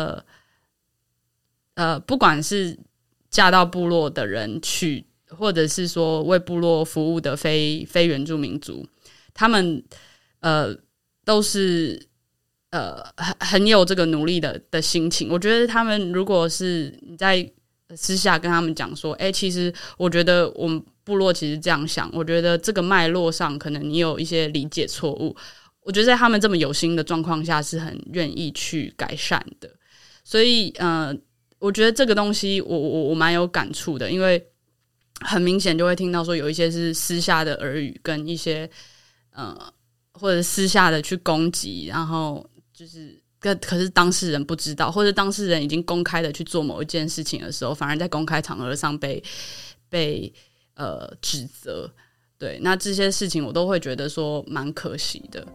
不管是嫁到部落的人去，或者是说为部落服务的非原住民族，他们都是很有这个努力的心情。我觉得他们如果是你在私下跟他们讲说其实我觉得我们部落其实这样想，我觉得这个脉络上可能你有一些理解错误，我觉得在他们这么有心的状况下是很愿意去改善的。所以我觉得这个东西我蛮有感触的，因为很明显就会听到说有一些是私下的耳语跟一些或者私下的去攻击，然后就是可是当事人不知道，或者当事人已经公开的去做某一件事情的时候，反而在公开场合上被指责。对，那这些事情我都会觉得说蛮可惜的。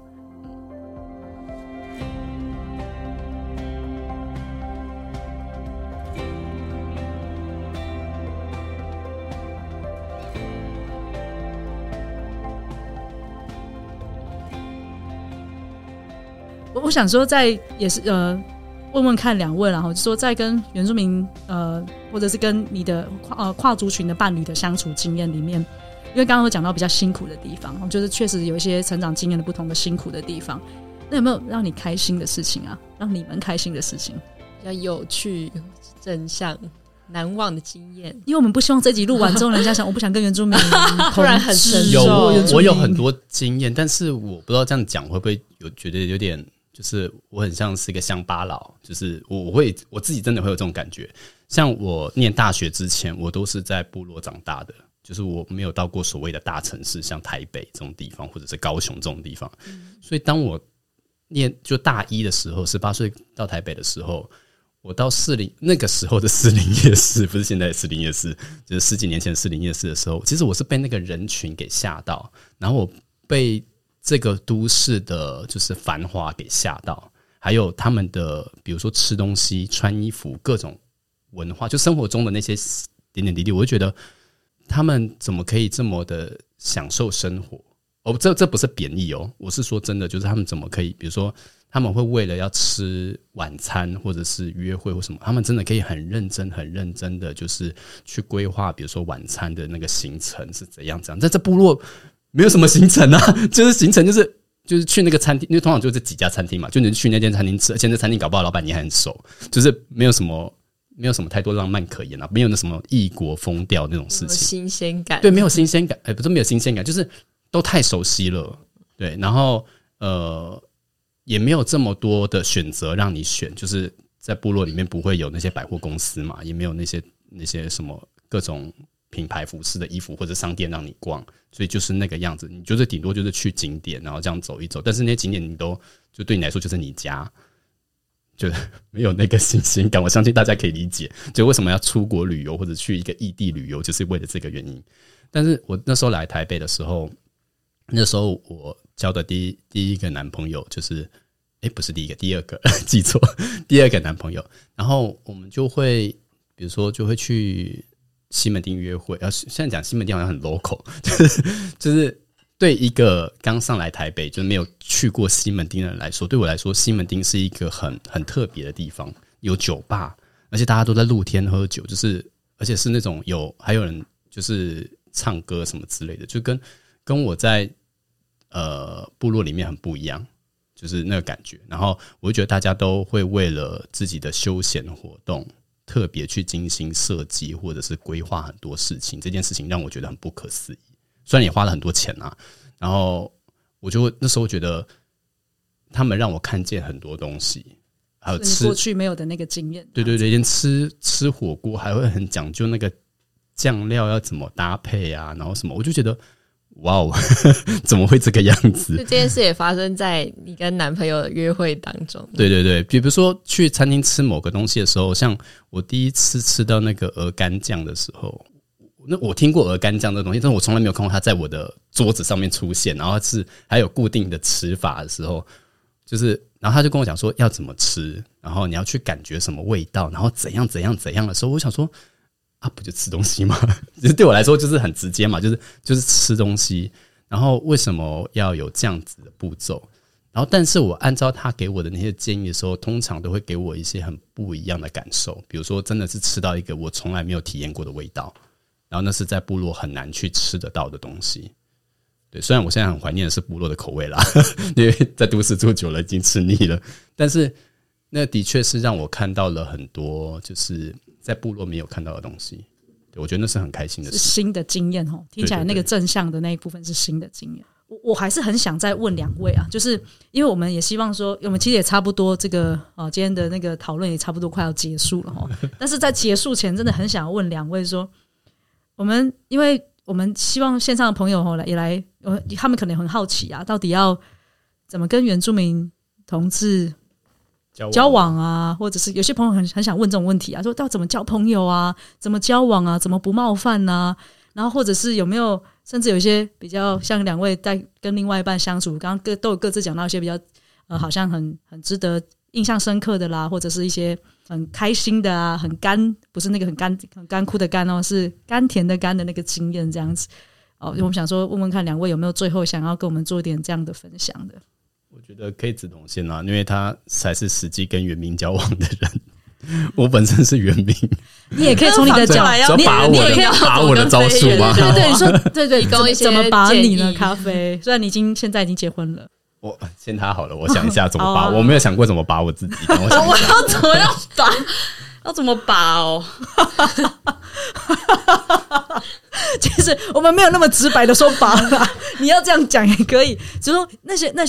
我想说也是问问看两位，然后就说在跟原住民或者是跟你的跨族群的伴侣的相处经验里面，因为刚刚有讲到比较辛苦的地方，就是确实有一些成长经验的不同的辛苦的地方，那有没有让你开心的事情啊？让你们开心的事情， 比较有趣、正向、难忘的经验？ 因为我们不希望这集录完之后人家想我不想跟原住民突然很沉重。我有很多经验，但是我不知道这样讲会不会觉得有点就是我很像是一个乡巴佬，就是我自己真的会有这种感觉。像我念大学之前，我都是在部落长大的，就是我没有到过所谓的大城市，像台北这种地方，或者是高雄这种地方。所以当我念就大一的时候，18岁到台北的时候，我到那个时候的士林夜市，不是现在的士林夜市，就是10几年前的士林夜市的时候，其实我是被那个人群给吓到，然后我被这个都市的就是繁华给吓到，还有他们的比如说吃东西、穿衣服、各种文化，就生活中的那些点点滴滴，我就觉得他们怎么可以这么的享受生活？这不是贬义哦，我是说真的，就是他们怎么可以，比如说他们会为了要吃晚餐或者是约会或什么，他们真的可以很认真的就是去规划，比如说晚餐的那个行程是怎样，在这部落没有什么行程啊，就是行程就是去那个餐厅，因为通常就这几家餐厅嘛，就你去那间餐厅吃，而且那餐厅搞不好老板你还很熟，就是没有什么太多浪漫可言啊，没有那什么异国风调那种事情， 新鲜感， 对，没有新鲜感，不是没有新鲜感，就是都太熟悉了，对，然后也没有这么多的选择让你选，就是在部落里面不会有那些百货公司嘛，也没有那些什么各种品牌服饰的衣服或者商店让你逛，所以就是那个样子，你就是顶多就是去景点，然后这样走一走，但是那些景点你都就对你来说就是你家，就没有那个新鲜感。我相信大家可以理解，就为什么要出国旅游或者去一个异地旅游，就是为了这个原因。但是我那时候来台北的时候，那时候我交的第一个男朋友就是不是第一个，第二个记错，第二个男朋友，然后我们就会比如说就会去西门町约会，现在讲西门町好像很 local， 就是对一个刚上来台北就没有去过西门町的人来说，对我来说西门町是一个很特别的地方，有酒吧，而且大家都在露天喝酒，就是而且是那种还有人就是唱歌什么之类的，就跟我在部落里面很不一样，就是那个感觉。然后我就觉得大家都会为了自己的休闲活动特别去精心设计或者是规划很多事情，这件事情让我觉得很不可思议，虽然也花了很多钱啊。然后我就那时候觉得他们让我看见很多东西，还有你过去没有的那个经验。 对，连吃火锅还会很讲究那个酱料要怎么搭配啊，然后什么，我就觉得哇哦，怎么会这个样子？ 这件事也发生在你跟男朋友的约会当中。 对，比如说去餐厅吃某个东西的时候，像我第一次吃到那个鹅肝酱的时候，那我听过鹅肝酱这个东西，但是我从来没有看过它在我的桌子上面出现，然后是还有固定的吃法的时候，就是然后他就跟我讲说要怎么吃，然后你要去感觉什么味道，然后怎样的时候，我想说不就吃东西吗？就是对我来说就是很直接嘛，就是吃东西。然后为什么要有这样子的步骤？然后但是我按照他给我的那些建议的时候，通常都会给我一些很不一样的感受。比如说真的是吃到一个我从来没有体验过的味道，然后那是在部落很难去吃得到的东西。对，虽然我现在很怀念的是部落的口味啦，因为在都市住久了已经吃腻了，但是那的确是让我看到了很多就是在部落没有看到的东西。对，我觉得那是很开心的事， 是新的经验哦。听起来那个正向的那一部分是新的经验。我还是很想再问两位啊，就是因为我们也希望说，我们其实也差不多这个今天的那个讨论也差不多快要结束了哈。但是在结束前，真的很想要问两位说，因为我们希望线上的朋友也来，他们可能很好奇啊，到底要怎么跟原住民同志交往啊，或者是有些朋友很想问这种问题啊，说到怎么交朋友啊，怎么交往啊，怎么不冒犯啊，然后或者是有没有甚至有一些比较像两位在跟另外一半相处，刚刚都有各自讲到一些比较好像很值得印象深刻的啦，或者是一些很开心的啊，很干，不是那个很干枯的干哦，是甘甜的甘的那个经验这样子。我们想说问问看两位有没有最后想要跟我们做一点这样的分享的。 我觉得可以子彤先因为他才是实际跟原民交往的人，我本身是原民， 你也可以从你的角度， 你也可以把我的招数吗？ 对，你说对， 提供一些怎么把你呢？咖啡，虽然你现在已经结婚了， 我先他好了，我想一下怎么把，我没有想过怎么把我自己，我要怎么样把？要怎么把哦？ 其实我们没有那么直白的说把啦，你要这样讲也可以，只是说那些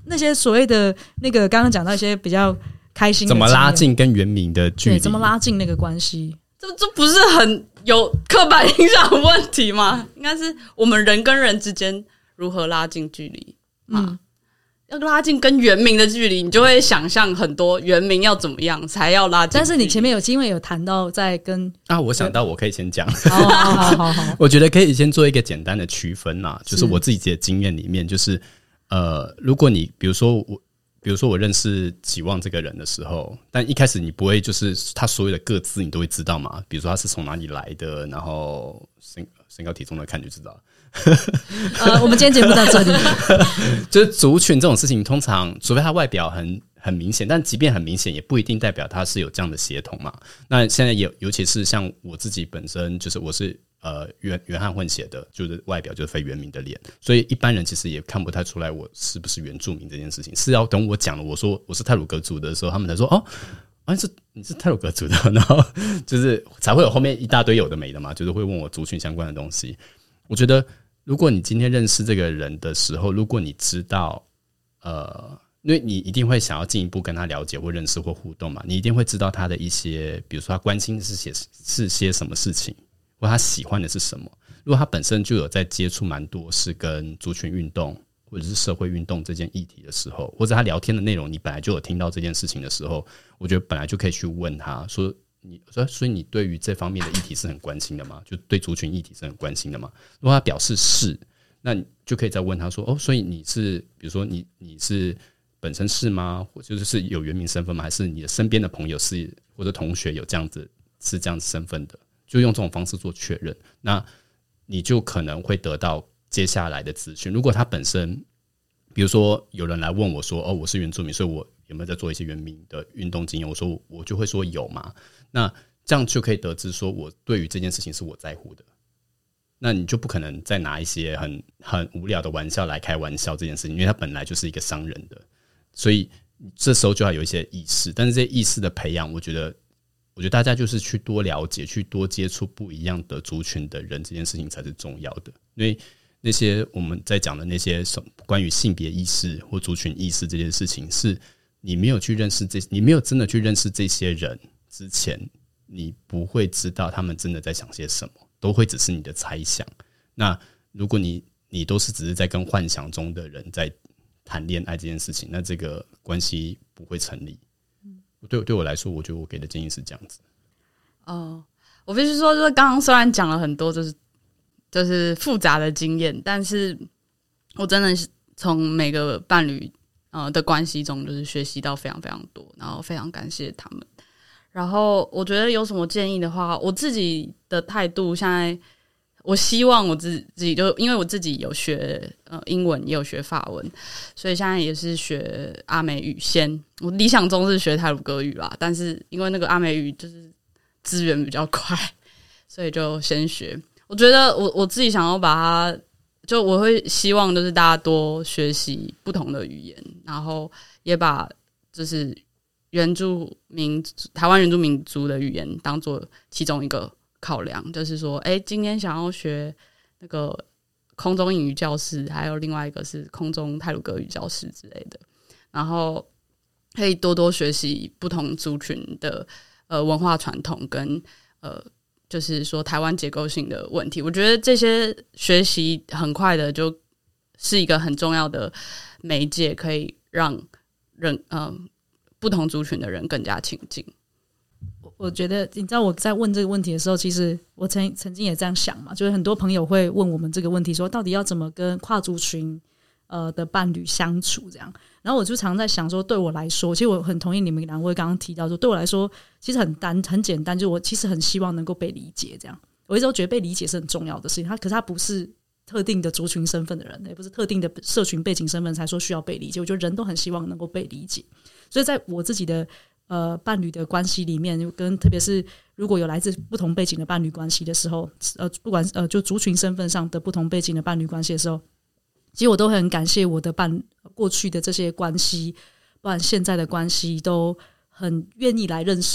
那些所谓的那个刚刚讲到一些比较开心的怎么拉近跟原民的距离？ 对，怎么拉近那个关系？ 这不是很有刻板印象的问题吗？应该是我们人跟人之间如何拉近距离嘛。要拉近跟原民的距离，你就会想象很多原民要怎么样才要拉近。 但是你前面因为有谈到在跟我想到我可以先讲。 好， 我觉得可以先做一个简单的区分啦，就是我自己的经验里面，就是如果你比如说我认识期望这个人的时候，但一开始你不会就是他所有的个资你都会知道嘛，比如说他是从哪里来的，然后身高体重的看就知道。 我们今天节目到这里。 就是族群这种事情，通常除非他外表很明显，但即便很明显，也不一定代表他是有这样的协同嘛。那现在尤其是像我自己本身，就是我是原汉混血的，就是外表就是非原民的脸，所以一般人其实也看不太出来我是不是原住民这件事情。是要等我讲了，我说我是太鲁阁族的时候，他们才说你是太鲁阁族的，然后就是才会有后面一大堆有的没的嘛，就是会问我族群相关的东西。我觉得如果你今天认识这个人的时候，如果你知道因为你一定会想要进一步跟他了解或认识或互动嘛，你一定会知道他的一些，比如说他关心的是些什么事情，或他喜欢的是什么。如果他本身就有在接触蛮多是跟族群运动或者是社会运动这件议题的时候，或者他聊天的内容你本来就有听到这件事情的时候，我觉得本来就可以去问他说，所以你对于这方面的议题是很关心的吗？就对族群议题是很关心的吗？如果他表示是，那你就可以再问他说，所以你是比如说你是本身是吗？或者是有原民身份吗？还是你的身边的朋友是或者同学有这样子是这样子身份的？就用这种方式做确认，那你就可能会得到接下来的资讯。如果他本身，比如说有人来问我说，我是原住民，所以我有没有在做一些原民的运动经验？我就会说有嘛。那这样就可以得知说我对于这件事情是我在乎的。那你就不可能再拿一些很无聊的玩笑来开玩笑这件事情，因为他本来就是一个伤人的，所以这时候就要有一些意识。但是这些意识的培养，我觉得大家就是去多了解，去多接触不一样的族群的人，这件事情才是重要的。因为那些我们在讲的那些关于性别意识或族群意识这件事情，是你没有去认识你没有真的去认识这些人之前，你不会知道他们真的在想些什么，都会只是你的猜想。那如果你都是只是在跟幻想中的人在谈恋爱这件事情，那这个关系不会成立。对我来说，我觉得我给的建议是这样子。 我必须说，就是刚刚虽然讲了很多，就是复杂的经验，但是我真的是从每个伴侣的关系中，就是学习到非常非常多，然后非常感谢他们。然后我觉得有什么建议的话，我自己的态度现在，我希望我自己就因为我自己有学英文，也有学法文，所以现在也是学阿美语先。我理想中是学太鲁阁语啦，但是因为那个阿美语就是资源比较快，所以就先学。我觉得我自己想要把它，就我会希望就是大家多学习不同的语言，然后也把就是台湾原住民族的语言当做其中一个考量，就是说今天想要学那个空中英语教室，还有另外一个是空中太鲁阁语教室之类的，然后可以多多学习不同族群的文化传统跟就是说台湾结构性的问题。我觉得这些学习很快的就是一个很重要的媒介，可以让不同族群的人更加亲近。 我觉得你知道我在问这个问题的时候，其实我曾经也这样想嘛，就是很多朋友会问我们这个问题，说到底要怎么跟跨族群的伴侣相处这样。然后我就常在想说，对我来说，其实我很同意你们两位刚刚提到说，对我来说其实很简单，就我其实很希望能够被理解这样。我一直都觉得被理解是很重要的事情，可是他不是特定的族群身份的人，也不是特定的社群背景身份才说需要被理解。我觉得人都很希望能够被理解，所以在我自己的伴侣的关系里面，跟特别是如果有来自不同背景的伴侣关系的时候，不管就族群身份上的不同背景的伴侣关系的时候，其实我都很感谢我的过去的这些关系，不然现在的关系都很愿意来认识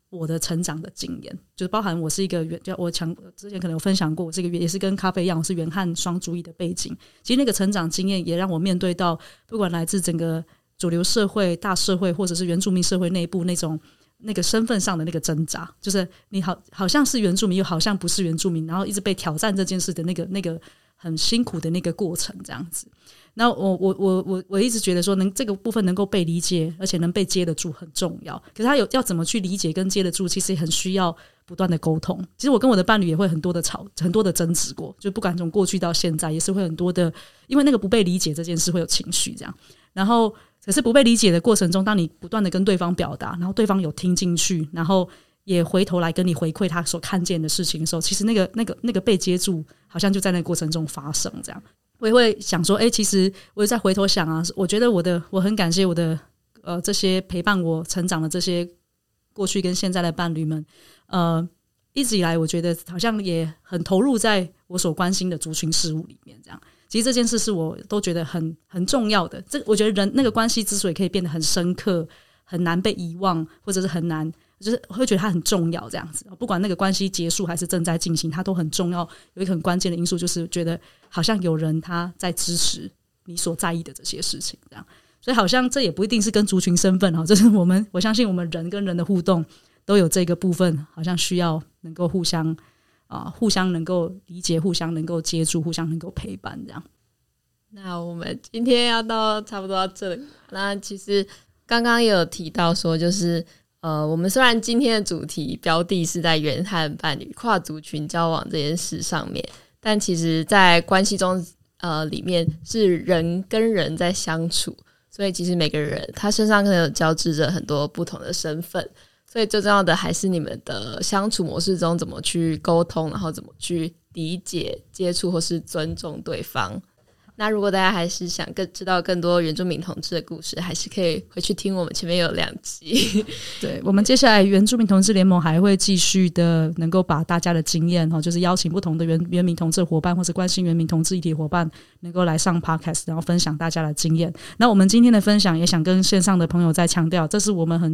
我的成长的经验，就是包含我是一个我之前可能有分享过，我是一个也是跟咖啡一样，我是原汉双主义的背景。其实那个成长经验也让我面对到不管来自整个主流社会、大社会，或者是原住民社会内部那个身份上的那个挣扎，就是你好像是原住民，又好像不是原住民，然后一直被挑战这件事的那个很辛苦的那个过程，这样子。那我一直觉得说这个部分能够被理解，而且能被接得住很重要。可是他要怎么去理解跟接得住，其实也很需要不断的沟通。其实我跟我的伴侣也会很多的争执过，就不管从过去到现在，也是会很多的，因为那个不被理解这件事会有情绪这样。然后可是不被理解的过程中，当你不断的跟对方表达，然后对方有听进去，然后也回头来跟你回馈他所看见的事情的时候，其实那个被接住好像就在那个过程中发生这样。我也会想说其实我也在回头想啊，我觉得我很感谢我的这些陪伴我成长的这些过去跟现在的伴侣们，一直以来我觉得好像也很投入在我所关心的族群事务里面这样。其实这件事是我都觉得很重要的，我觉得人那个关系之所以可以变得很深刻，很难被遗忘，或者是很难，就是会觉得它很重要这样子。不管那个关系结束还是正在进行，它都很重要。有一个很关键的因素就是觉得好像有人他在支持你所在意的这些事情这样。所以好像这也不一定是跟族群身份，就是我相信我们人跟人的互动都有这个部分，好像需要能够互相能够理解，互相能够接住，互相能够陪伴这样。 那我们今天要差不多到这里。那其实刚刚也有提到说，就是我们虽然今天的主题标的是在原汉伴侣跨族群交往这件事上面，但其实在关系中里面是人跟人在相处，所以其实每个人他身上可能有交织着很多不同的身份，所以最重要的还是你们的相处模式中怎么去沟通，然后怎么去理解、接触或是尊重对方。那如果大家还是想知道更多原住民同志的故事，还是可以回去听我们前面有2集。 对，我们接下来原住民同志联盟还会继续的能够把大家的经验，就是邀请不同的原民同志伙伴或是关心原民同志议题伙伴能够来上 podcast， 然后分享大家的经验。那我们今天的分享也想跟线上的朋友再强调，这是我们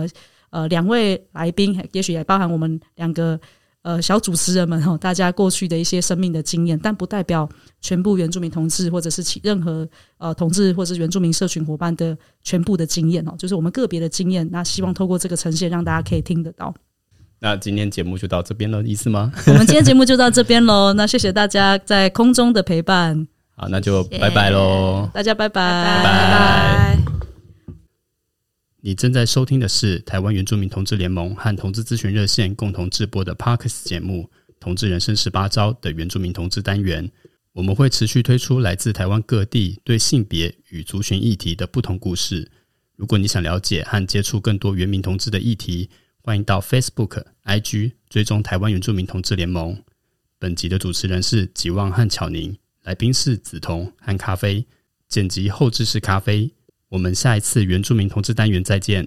2位来宾，也许也包含我们2个小主持人们大家过去的一些生命的经验，但不代表全部原住民同志或者是任何同志或者是原住民社群伙伴的全部的经验，就是我们个别的经验。那希望透过这个呈现让大家可以听得到。 那今天节目就到这边了，意思吗？ 我们今天节目就到这边咯。那谢谢大家在空中的陪伴。 好，那就拜拜咯。 大家拜拜拜拜。 你正在收听的是台湾原住民同志联盟和同志咨询热线共同制播的 Podcast 节目《同志人生18招》的原住民同志单元。我们会持续推出来自台湾各地对性别与族群议题的不同故事。如果你想了解和接触更多原民同志的议题，欢迎到 Facebook、IG 追踪台湾原住民同志联盟。本集的主持人是吉旺和巧宁，来宾是梓潼和咖啡，剪辑后制是咖啡。我们下一次原住民同志单元再见。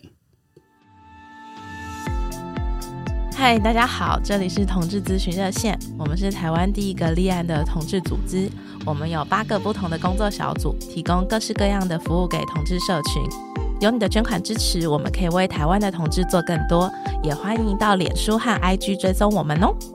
嗨，大家好，这里是同志咨询热线，我们是台湾第一个立案的同志组织，我们有8个不同的工作小组，提供各式各样的服务给同志社群。有你的捐款支持，我们可以为台湾的同志做更多，也欢迎到脸书和 IG 追踪我们哦。